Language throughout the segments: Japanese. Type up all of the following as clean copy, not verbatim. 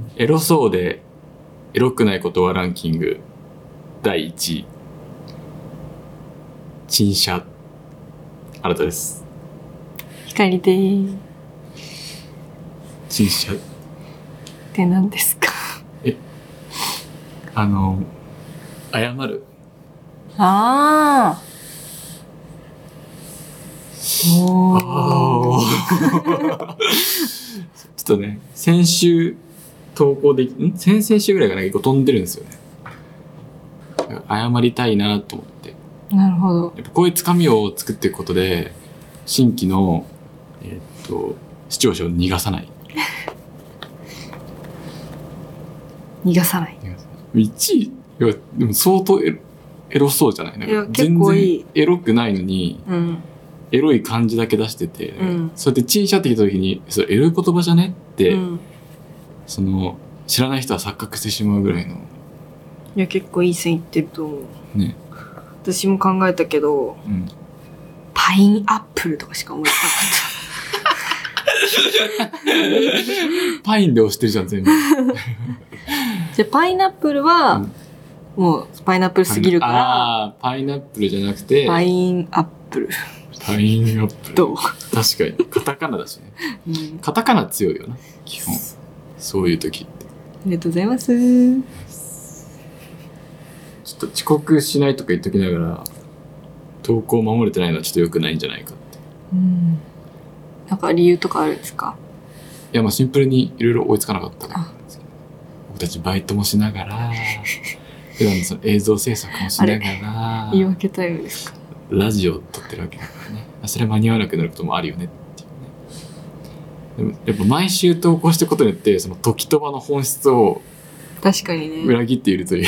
エロそうでエロくないことはランキング第1位。陳謝。あなたです。 光でーす。 陳謝って何ですか？ 謝る。 ああ。おー。 ちょっとね、先週投稿で先々週ぐらいが結構飛んでるんですよね。謝りたいなと思って。 なるほど。 やっぱこういうつかみを作っていくことで新規の視聴者を逃がさない。 逃がさない。 1位いやでも相当エロそうじゃない？なんか全然エロくないのに、 うん、 エロい感じだけ出してて、 うん、 そうやって陳謝って聞いた時にそれエロい言葉じゃねって、 うん、 その知らない人は錯覚してしまうぐらいの。 いや結構いい線いってると思う。 ね。 私も考えたけど、 うん、 パインアップルとかしか思いつかなかった。 パインで押してるじゃん全部。 じゃあパイナップルは、もうパイナップルすぎるから、 パイナップルじゃなくてパインアップル。 パインアップル。 どう？ 確かにカタカナだしね。うん、カタカナ強いよな基本。そういう時って。 ありがとうございます。 ちょっと遅刻しないとか言っときながら投稿を守れてないのはちょっと良くないんじゃないかって。 うん。なんか理由とかあるんですか？ いやまあシンプルにいろいろ追いつかなかったからなんですけど、僕たちバイトもしながら普段のその映像制作もしながら言い訳タイムですか？ ラジオを撮ってるわけだからね。それ間に合わなくなることもあるよねっていうね。でもやっぱ毎週投稿していくことによってその時と場の本質を確かにね裏切っているという、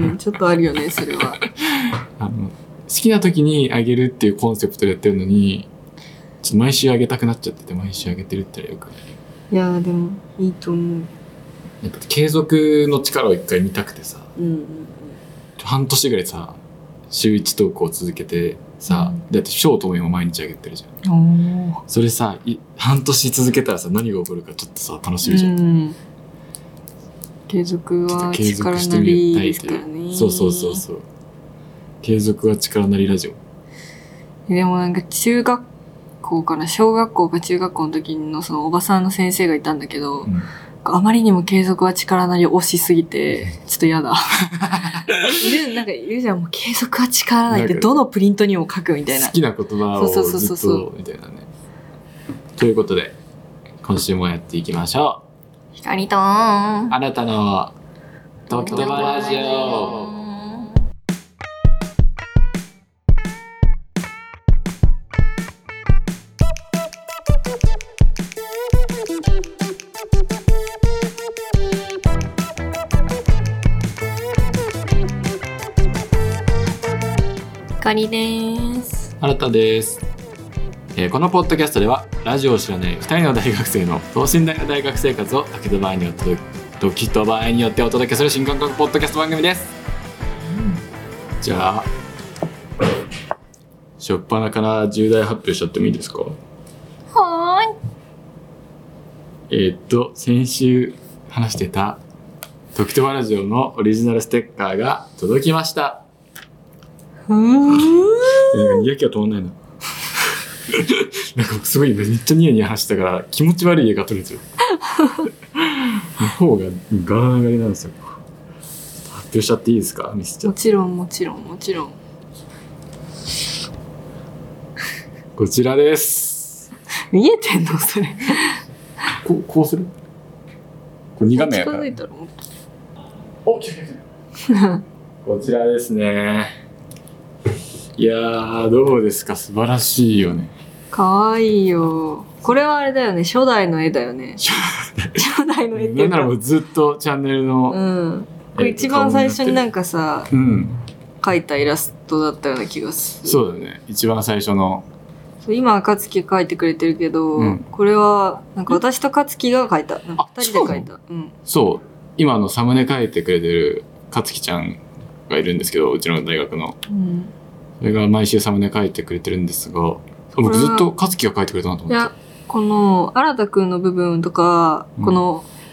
うん、ちょっとあるよねそれは。 好きな時にあげるっていうコンセプトでやってるのにちょっと毎週あげたくなっちゃってて毎週あげてるってよくない。 いやでもいいと思う。 やっぱ継続の力を一回見たくてさ、 うんうんうん、 半年ぐらいさ週1投稿続けてさ、うん、だってショートも今毎日あげてるじゃん。それさ半年続けたらさ何が起こるかちょっとさ楽しみじゃん、うん、 継続は力なりですからね。 そうそうそうそう、継続は力なりラジオ。 でもなんか中学校かな小学校か中学校の時のそのおばさんの先生がいたんだけど、うん、あまりにも継続は力なり推しすぎてちょっと嫌だ。なんかいるじゃん、もう継続は力なりってどのプリントにも書くみたいな。 好きな言葉をずっとみたいなね。ということで今週もやっていきましょう。 光とあなたの時と場ラジオ。 光です。 あなたです。このポッドキャストではラジオを知らない2人の大学生の等身大の大学生活を時と場合によってお届けする新感覚ポッドキャスト番組です、うん、じゃあ初っ端から重大発表しちゃってもいいですか？ はーい。先週話してた時と場ラジオのオリジナルステッカーが届きました。にやきは止まんないな。なんかすごいめっちゃニヤニヤ走ったから気持ち悪い絵が撮れてる。の方がガラガラなんですよ。発表しちゃっていいですか？見せちゃって。 もちろん。 こちらです。 見えてんのそれ。 こうする？これ2画面やから。お、来た。こちらですね。いやーどうですか？素晴らしいよね。 かわいいよ。これはあれだよね、初代の絵だよね。初代の絵っていうか。 なんならもうずっとチャンネルの、 うん、これ一番最初になんかさ、うん、描いたイラストだったような気がする。 そうだね、一番最初の。 今赤月が描いてくれてるけど、うん、これはなんか私と勝樹が描いた。2人で描いた。うん、そう、 今のサムネ描いてくれてる勝樹ちゃんがいるんですけど、うちの大学の。うん、それが毎週サムネ描いてくれてるんですが、僕ずっと勝樹が描いてくれたなと思って。 いや、この新田くんの部分とか、この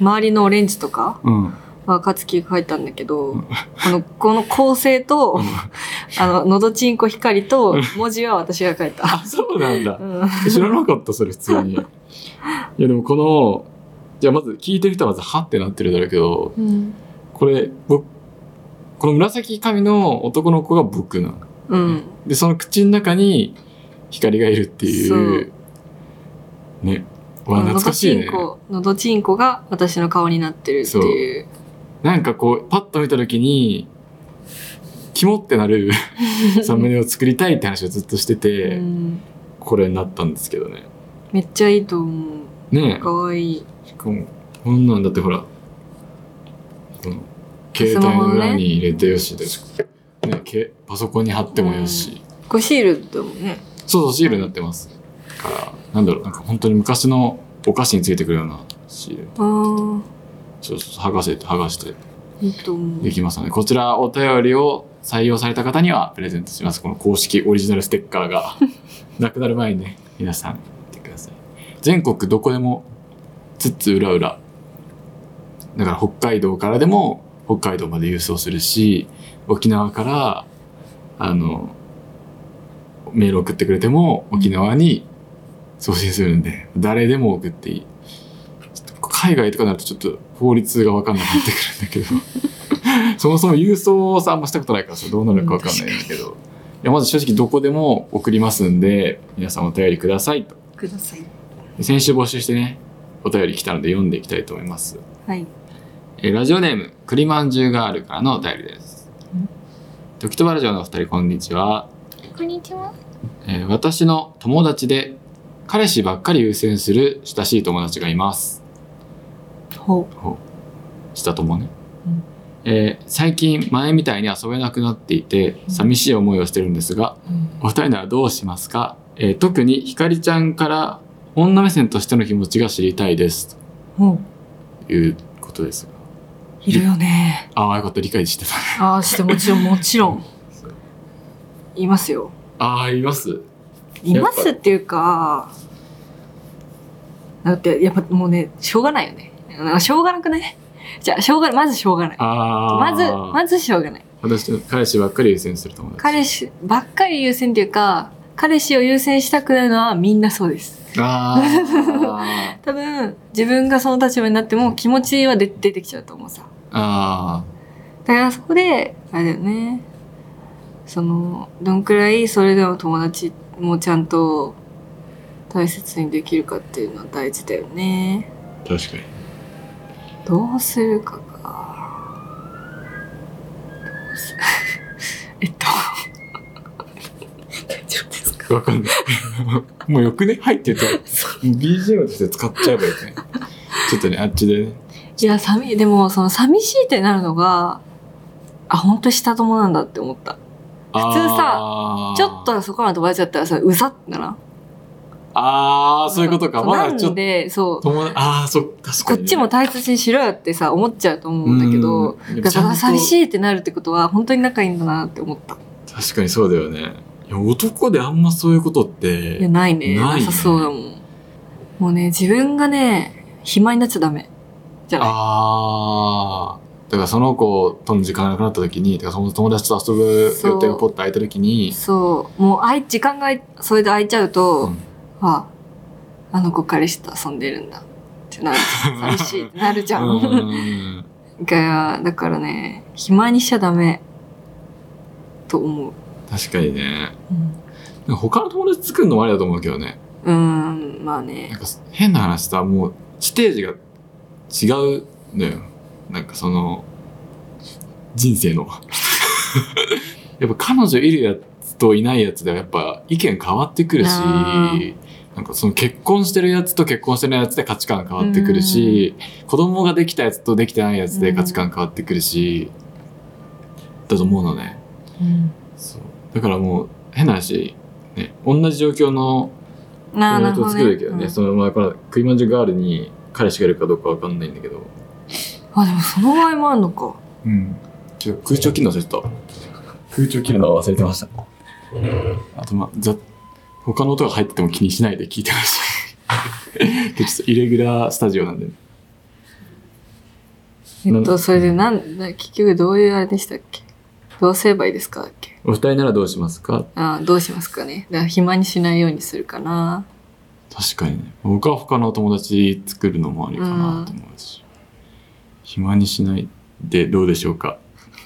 周りのオレンジとかうんは勝樹が書いたんだけど、この構成と、のどちんこ光と文字は私が書いた。 あ、そうなんだ。 うん知らなかった、それ普通に。いや、でもじゃあまず聞いてる人はまずはってなってるだろうけど、 うんこの紫髪の男の子が僕なの。 うん、 で、その口の中に光がいるっていう。ね。わ、懐かしいね。 のどちんこが私の顔になってるっていう。 なんかこう、パッと見たときに、キモってなるサムネを作りたいって話をずっとしてて、 うん、 これになったんですけどね。 めっちゃいいと思う。 ねえ。 かわいい。 しかも、こんなんだってほら、この携帯の裏に入れてよしで、ね、パソコンに貼ってもよし。 これシールだもんね。 そう、シールになってます。から、なんだろう、なんか本当に昔のお菓子についてくるようなシール。そう剥がしていいと思う。 できますので、こちらお便りを採用された方にはプレゼントします。この公式オリジナルステッカーがなくなる前にね、皆さん見てください。全国どこでも津々浦々、だから北海道からでも北海道まで郵送するし、沖縄からメール送ってくれても沖縄に送信するんで、誰でも送っていい。海外とかになるとちょっと法律が分かんなくなってくるんだけどそもそも郵送さあんましたことないからさ、どうなるか分かんないんだけど、いやまず正直どこでも送りますんで、皆さんお便りくださいと。 ください。 先週募集してね、お便り来たので読んでいきたいと思います。 はい。 ラジオネーム栗まんじゅうガールからのお便りです。時とばラジオのお二人、こんにちは。 こんにちは。 私の友達で彼氏ばっかり優先する親しい友達がいます。 ほう。 した友ね。最近前みたいに遊べなくなっていて寂しい思いをしてるんですが、お二人ならどうしますか？特にひかりちゃんから女目線としての気持ちが知りたいですということですが。 いるよね。 ああ、よかった、理解してた。 ああ、してもちろんいますよ。 ああ、いますっていうか、だってやっぱもうね、しょうがないよね。しょうがなくない？じゃあまずしょうがない。まずしょうがない。 私、彼氏ばっかり優先する友達。 彼氏ばっかり優先っていうか、彼氏を優先したくなるのはみんなそうです。多分自分がその立場になっても気持ちは出てきちゃうと思うさ。だからそこであれだよね。どんくらいそれでも友達もちゃんと大切にできるかっていうのは大事だよね。 確かに。 どうするかか。大丈夫ですか？ わかんない。もうよくね、入ってた。BGM として使っちゃえばいいね。ちょっとね、あっちでね。 いや、でも寂しいってなるのが、本当に下友なんだって思った。普通さ、ちょっとそこまで友達だったらさ、うざってならん？ そういうことか。まだちょっと。 なんで、そう。 確かに、ね。 こっちも大切にしろよってさ、思っちゃうと思うんだけど、だから寂しいってなるってことは、本当に仲いいんだなって思った。 確かにそうだよね。いや、男であんまそういうことって。 いや、ないね。なさそうだもん。もうね、自分がね、暇になっちゃダメ。じゃない。 だからその子との時間がなくなった時に、その友達と遊ぶ予定がポッと空いた時に。 そう。もう時間がそれで空いちゃうと、あの子彼氏と遊んでるんだってなる。寂しいってなるじゃん。だからね、暇にしちゃダメと思う。 確かにね。他の友達作るのもありだと思うけどね。 まあね。 なんか変な話さ、もうステージが違うのよ。なんか人生の。やっぱ彼女いるやつといないやつではやっぱ意見変わってくるし、なんか結婚してるやつと結婚してないやつで価値観変わってくるし、子供ができたやつとできてないやつで価値観変わってくるし、だと思うのね。そうだからもう変な話、ね、同じ状況の友達を作るけどね、クリマンジュガールに彼氏がいるかどうかわかんないんだけど。 でもその場合もあるのか。 空調機能忘れてた。空調機能忘れてました。あと他の音が入ってても気にしないで聞いてほしい。ちょっとイレギュラースタジオなんで。 それで結局どういうあれでしたっけ？どうすればいいですかだっけ？ お二人ならどうしますか？ どうしますかね。だから暇にしないようにするかな。 確かにね。僕は他のお友達作るのもありかなと思うし。暇にしないでどうでしょうか？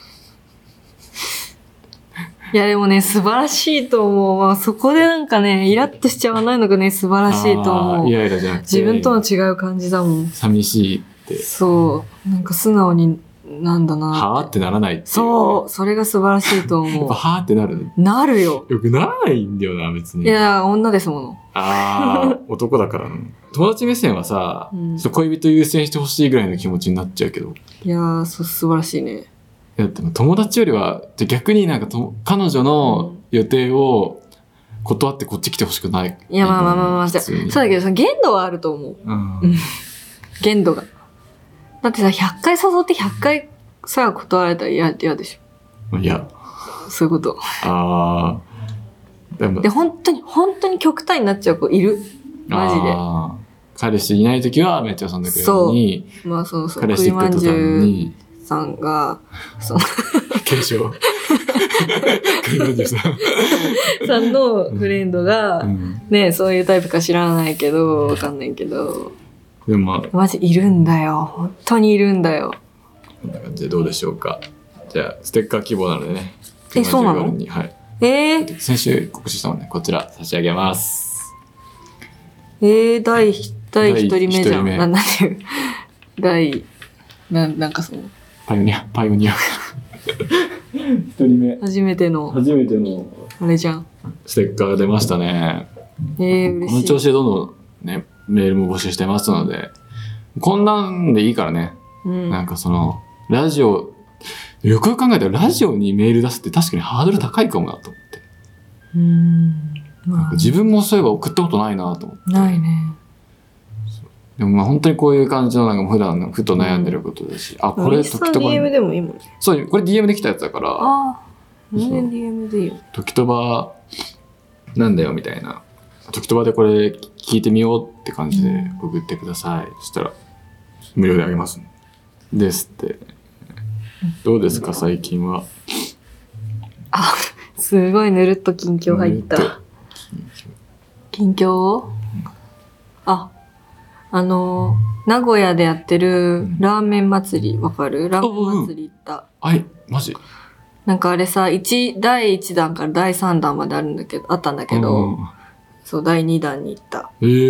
いやでもね、素晴らしいと思う。まあ、そこでなんかね、イラッとしちゃわないのがね、素晴らしいと思う。 イライラじゃなくて。 自分との違う感じだもん。 寂しいって。 そう。なんか素直になんだな。 はぁってならないっていう。 そう。それが素晴らしいと思う。 やっぱはぁってなる？ なるよ。 よくならないんだよな、別に。 いや、女ですもの。 男だからね。友達目線はさ、恋人優先してほしいぐらいの気持ちになっちゃうけど。 いやー、素晴らしいね。 いやでも友達よりは逆になんか彼女の予定を断ってこっち来てほしくない。 いやまあそうだけど限度はあると思う。限度が。だってさ100回誘って100回さ断られたら嫌でしょ。 いやそういうこと。 でも本当に極端になっちゃう子いる。マジで。 彼氏いない時はめっちゃ遊んでくれるのに、 まあそう彼氏行った途端にさんが継承さんのフレンドが、ねそういうタイプか知らないけどわかんないけど、 でもマジいるんだよ。本当にいるんだよ。 こんな感じでどうでしょうか。じゃあステッカー希望なのでね。 そうなの？ はい。先週告知したのでこちら差し上げます。 第一人目じゃん。なんていうなんかそう。 パイオニア。一人目。 初めての。あれじゃん。 ステッカーが出ましたね。 嬉しい。 この調子でどんどんね、メールも募集してますので、こんなんでいいからね。なんかラジオ、よくよく考えたらラジオにメール出すって確かにハードル高いかもなと思って。なんか自分もそういえば送ったことないなと思って。 ないね。 でも本当にこういう感じのなんか普段ふと悩んでることだし、これ時とば DM でもいいもんね。 そう、これ DM で来たやつだから。 全然 DM でいいよ。 時とばなんだよみたいな。時とばでこれ聞いてみようって感じで送ってください。そしたら無料であげます。ですって。どうですか最近は。 すごいぬるっと近況入った。近況？名古屋でやってるラーメン祭り、わかる？ラーメン祭り行った。 マジ？ なんかあれさ、第1弾から第3弾まであったんだけど、そう、第2弾に行った。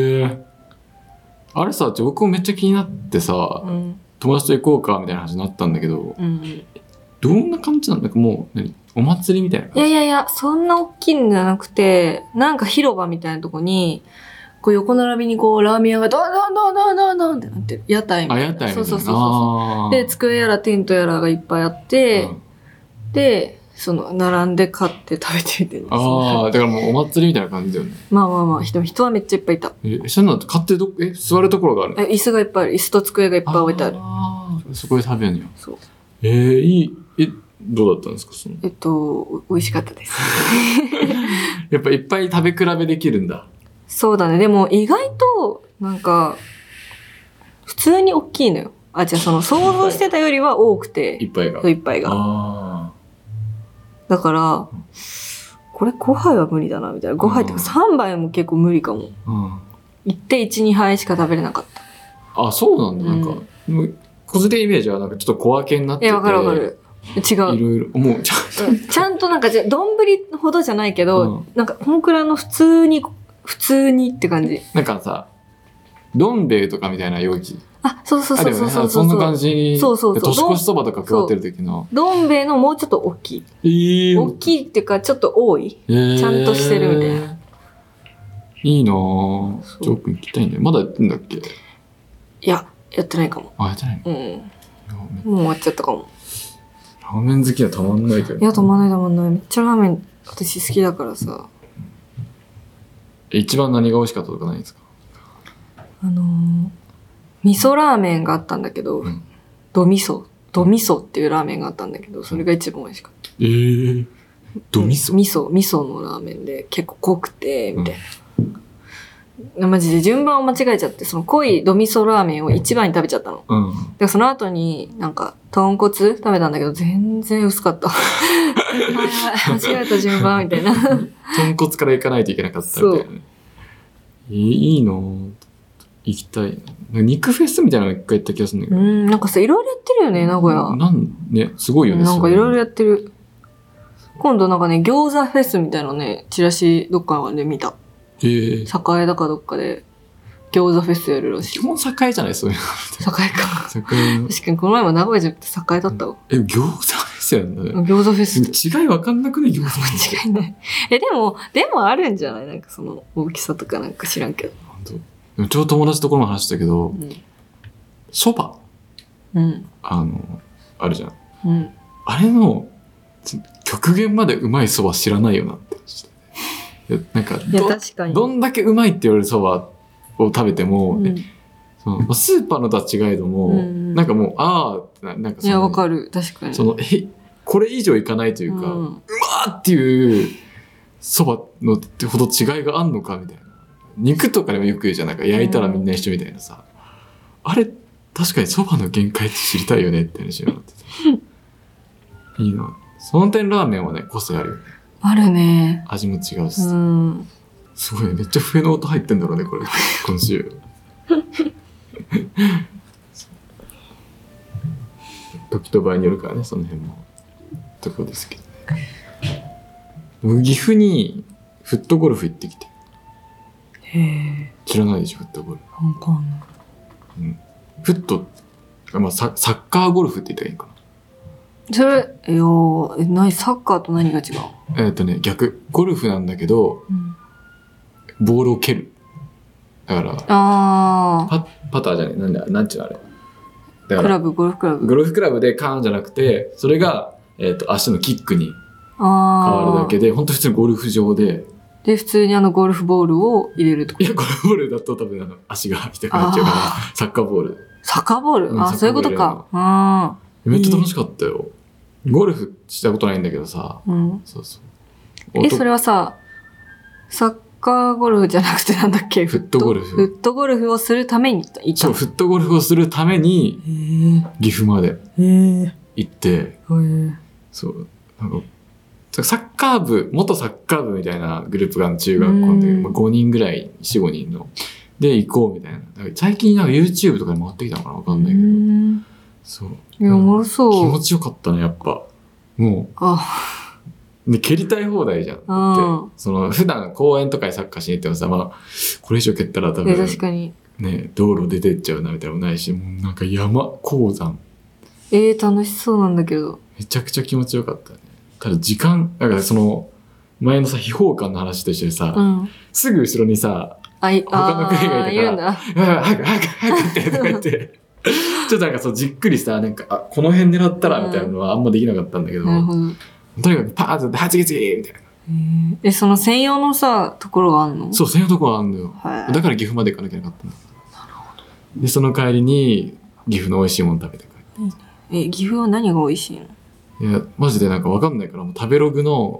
あれさ、僕もめっちゃ気になってさ、友達と行こうかみたいな話になったんだけど、どんな感じなんだかもう、お祭りみたいな感じ？ いや、そんな大きいんじゃなくて、なんか広場みたいなとこに、こう横並びにこうラーメン屋がドンってなってる。屋台みたいな。 屋台みたいな。 そう。で、机やらテントやらがいっぱいあって、で、並んで買って食べてみてる。 だからもうお祭りみたいな感じだよね。 まあ、人はめっちゃいっぱいいた。 そんなの買って座るところがあるの？ 椅子がいっぱいある。椅子と机がいっぱい置いてある。 そこで食べるのよ。 そう。 どうだったんですか美味しかったです。 やっぱいっぱい食べ比べできるんだ。 そうだね。でも意外と、なんか、普通に大きいのよ。想像してたよりは多くて。 いっぱいが。 だから、これ5杯は無理だな、みたいな。5杯ってか3杯も結構無理かも。1手1、2杯しか食べれなかった。 そうなんだ。なんか、個人的イメージはなんかちょっと小分けになってて。 わかる。違う。 いろいろ、もうちゃんとなんか丼ほどじゃないけど、なんかこんくらいの普通にって感じ。 なんかさ、どん兵衛とかみたいな容器。 そう。 そんな感じ。 そう。 年越しそばとか配ってる時の。 どん兵衛のもうちょっと大きい。大きいっていうかちょっと多い。ちゃんとしてるみたいな。 いいなぁ。ジョー君行きたいんだよ。まだやってんだっけ？ いや、やってないかも。 やってないの？ もう終わっちゃったかも。 ラーメン好きはたまんないけど。 いや、たまんない。めっちゃラーメン私好きだからさ。 一番何が美味しかったとかないんですか？ 味噌ラーメンがあったんだけど、ド味噌っていうラーメンがあったんだけど、それが一番美味しかった。 ド味噌？ 味噌のラーメンで結構濃くて、みたいな。 マジで順番を間違えちゃって、その濃いドミソラーメンを一番に食べちゃったの。で、その後になんか、豚骨食べたんだけど、全然薄かった。間違えた順番みたいな。 豚骨から行かないといけなかったみたいなね。いいの行きたい。肉フェスみたいなの一回行った気がするんだけど。 なんかさ、いろいろやってるよね、名古屋。 ね、すごいよね。 なんかいろいろやってる。今度なんかね、餃子フェスみたいなね、チラシどっかで見た。栄だかどっかで餃子フェスやるらしい。 基本栄じゃないそういうの。栄か。 確かにこの前も名古屋じゃなくて栄だったわ。 餃子フェスやんだね。 餃子フェス。 違いわかんなくね、餃子フェス。違いない。でもあるんじゃないなんかその大きさとかなんか知らんけど。 本当。ちょうど友達ところも話したけど、そば、あるじゃん。あれの極限までうまいそば知らないよなって。なんか確かにどんだけうまいって言われるそばを食べても、そのスーパーのとは違えども、なんかもうなんかいやわかる確かにそのこれ以上いかないというか、うまーっていうそばのってほど違いがあんのかみたいな。肉とかでもよく言うじゃん、なんか焼いたらみんな一緒みたいなさ、あれ確かにそばの限界って知りたいよねって話になってた。いいな。その点ラーメンはね個性あるよね。 あるね。 味も違うし、すごいね。めっちゃ笛の音入ってんだろうねこれ今週。時と場合によるからね、その辺もところですけどね。岐阜にフットゴルフ行ってきて。知らないでしょフットゴルフ。 わかんない。 フット、まあ、サッカーゴルフって言ったらいいかな。 それサッカーと何が違う？ 逆ゴルフなんだけど、ボールを蹴る。だからパターじゃねえ、なんちゅうのあれ。だからゴルフクラブ。 ゴルフクラブでカーンじゃなくて、それが足のキックに変わるだけで、本当普通にゴルフ場で。 で普通にゴルフボールを入れるとか。 いやゴルフボールだと多分足が痛くなっちゃうからサッカーボール。 サッカーボール。そういうことか。 めっちゃ楽しかったよ。ゴルフしたことないんだけどさ。そうそう。 それはさ、サッカーゴルフじゃなくてなんだっけ？ フットゴルフ。 フットゴルフをするために行った。 そう、フットゴルフをするために、岐阜まで行って、そう、なんか、サッカー部、元サッカー部みたいなグループが中学校で、5人ぐらい、4、5人の。で、行こうみたいな。最近なんか YouTube とかで回ってきたのかなわかんないけど。そう。 いや、おもろそう。 気持ちよかったね、やっぱ。もう。で、蹴りたい放題じゃん。だって普段公園とかにサッカーしに行ってもさ、まあ、これ以上蹴ったら多分、 確かに。 ね、道路出てっちゃうなみたいなのもないし、もうなんか鉱山。 楽しそうなんだけど。 めちゃくちゃ気持ちよかったね。ただ時間、なんか前のさ、秘宝館の話と一緒でさ、すぐ後ろにさ、他の国がいたから、早くってとか言って、ちょっとなんかじっくりさ、なんか、この辺狙ったらみたいなのはあんまできなかったんだけど、とにかくパーンって次みたいな。その専用のさ、ところがあんの？ そう、専用のところがあんのよ。だから岐阜まで行かなきゃいけなかったんだ。なるほど。で、その帰りに岐阜の美味しいもの食べて帰って。 岐阜は何が美味しいの？ いや、マジでなんかわかんないから、もう食べログの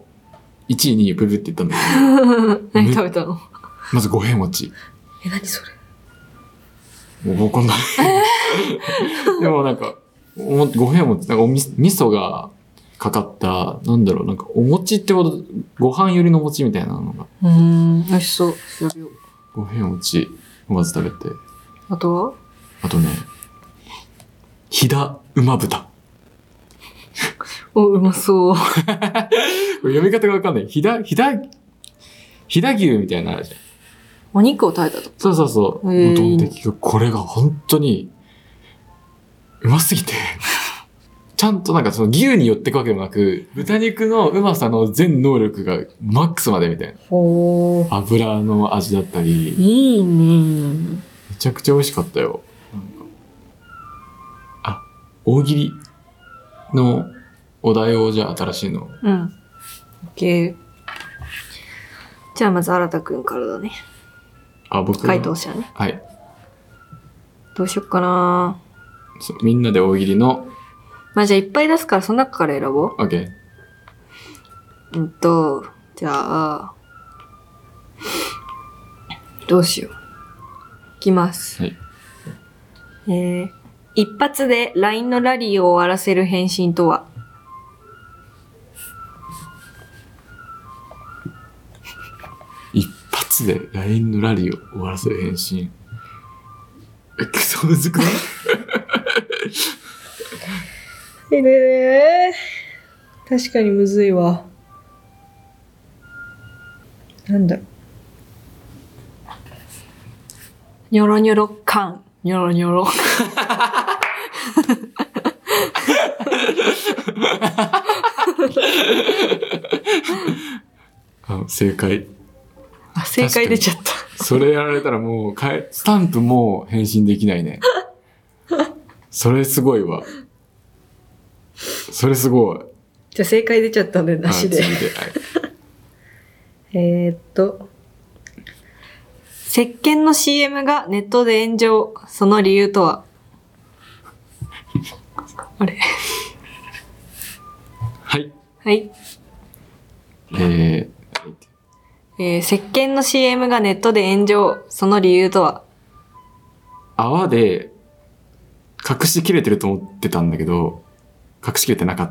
1位、2位ブブって言ったんだけど。何食べたの？ まず五平餅。 何それ？ もうわかんない。でもなんか、五平餅、なんか味噌がかかった、なんだろう、なんかお餅ってほど、ご飯寄りの餅みたいなのが。 美味しそう。調べよう。 五平餅をまず食べて。 あとは？ あとね、飛騨馬豚。 うまそう。 読み方がわかんない。飛騨牛みたいなのあるじゃん。 お肉を食べたと。 そう。ドンテキが、これが本当に、うますぎて。ちゃんとなんか牛に寄ってくわけでもなく、豚肉のうまさの全能力がマックスまでみたいな。油の味だったり。 いいね。 めちゃくちゃ美味しかったよ。大喜利のお題をじゃあ新しいの。 OK。じゃあまず新くんからだね。 僕回答者ね。 はい。 どうしよっかな。 みんなで大喜利の。 じゃあいっぱい出すからその中から選ぼう。 OK。 じゃあ、 どうしよう。いきます。 はい。 一発で LINE のラリーを終わらせる返信とは？ 一発で LINE のラリーを終わらせる返信。くそむずくない？ 確かにむずいわ。なんだろう。ニョロニョロカン。ニョロニョロ。 正解。 正解出ちゃった。 それやられたらもうスタンプも返信できないね。それすごいわ。それすごい。 じゃあ正解出ちゃったんでなしで。 次で、はい、 石鹸の CM がネットで炎上。その理由とは？あれ。 はい。 はい。石鹸の CM がネットで炎上。その理由とは？ 泡で隠しきれてると思ってたんだけど、隠しきれてなかった。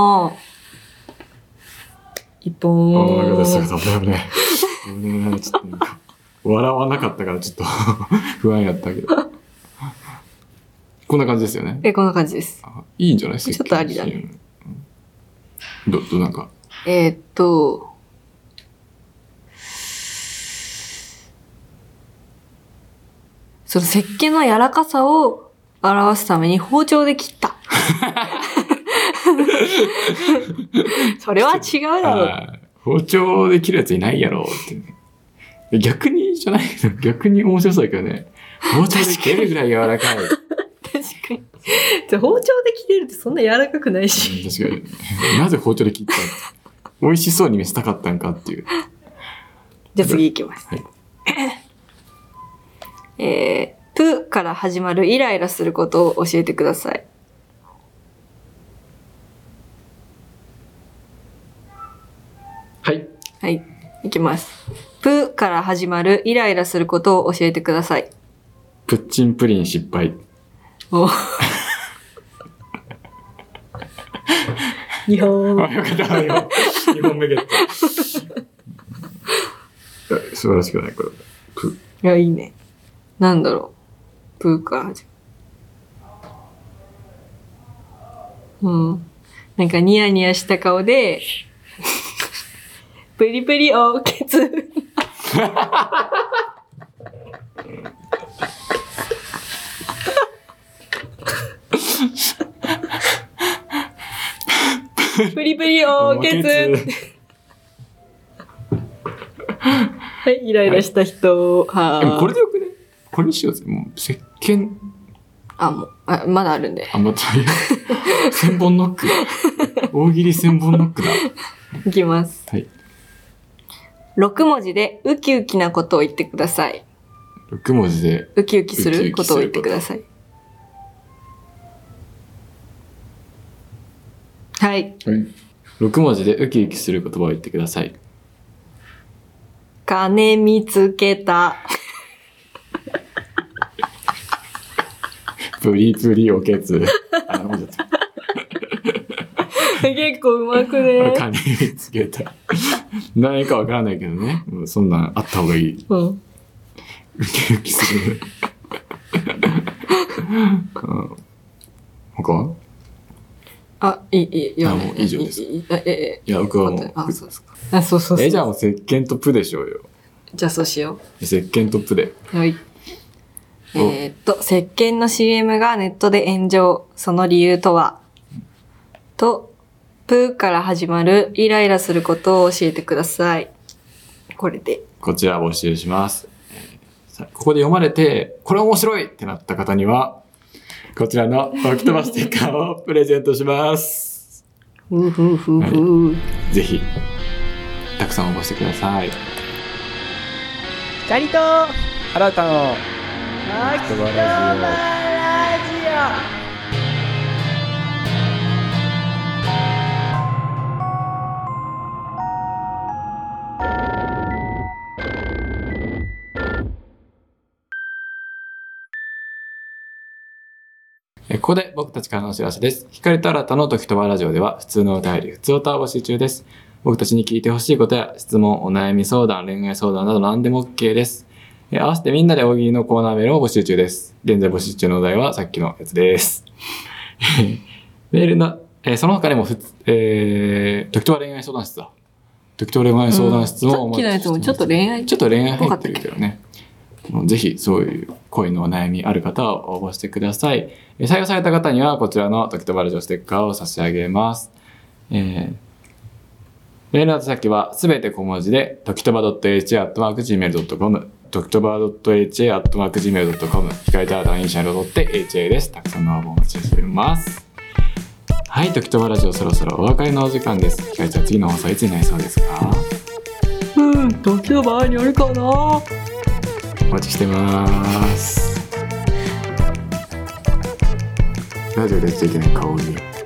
一本。 危ない。ちょっとなんか笑わなかったからちょっと不安やったけど。こんな感じですよね。 こんな感じです。 いいんじゃない？ちょっとありだね。 なんか。 その石鹸の柔らかさを表すために包丁で切った。それは違うだろう。 包丁で切るやついないやろってね。逆にじゃないけど、逆に面白そうだけどね。包丁で切れるぐらい柔らかい。 確かに。包丁で切れるってそんな柔らかくないし。 確かに。なぜ包丁で切ったの？美味しそうに見せたかったんかっていう。 じゃあ次いきます。はい。プから始まるイライラすることを教えてください。 はい。 はい。いきます。プから始まるイライラすることを教えてください。 プッチンプリン失敗。 お日本。 よかった。2本目ゲット。素晴らしくないこれ。プ。 いや、いいね。なんだろう。プーから始まる。なんかニヤニヤした顔で、プリプリをケツ。プリプリをケツ。はい、イライラした人。 はい。これでよくね？これにしようぜ。もう、石鹸。 まだあるんで。 また、千本ノック。大喜利千本ノックだ。 いきます。 はい。 6文字でウキウキなことを言ってください。 6文字でウキウキすることを言ってください。はい。 6文字でウキウキする言葉を言ってください。 金見つけた。 プリプリおけつ。結構うまくね。 金見つけた。何かわからないけどね。そんなんあった方がいい。ウキウキする。他は？ いい。 もう以上です。いや、僕はもう。 そうですか。そう。 じゃあもう石鹸とプでしょうよ。 じゃあそうしよう。石鹸とプで。 はい。石鹸の CM がネットで炎上。その理由とは？と、プから始まるイライラすることを教えてください。これで。 こちら募集します。ここで読まれて、これ面白いってなった方には、こちらの時飛ばステッカーをプレゼントします。ぜひ、たくさん応募してください。 光と新たの時飛ばラジオ。 ここで僕たちからのお知らせです。光と新たの時とばラジオでは普通のお便り、普通歌を募集中です。僕たちに聞いてほしいことや質問、お悩み相談、恋愛相談など何でも OK です。合わせてみんなで大喜利のコーナーメールを募集中です。現在募集中のお題はさっきのやつです。メールの、その他にも時とば恋愛相談室だ。時とば恋愛相談室も、 さっきのやつもちょっと恋愛入ってるけどね。ぜひそういう恋のお悩みある方は応募してください。採用された方にはこちらの時とばラジオステッカーを差し上げます。メールの宛先はすべて小文字で時とば .ha@gmail.com 時とば .ha@gmail.com 光と新たのイニシャルを取って HA です。たくさんの応募お待ちしております。はい、時とばラジオそろそろお別れのお時間です。光ちゃん次の放送いつになりそうですか？ 時とばにあるかな。 お待ちしてます。ラジオでしちゃいけない香り。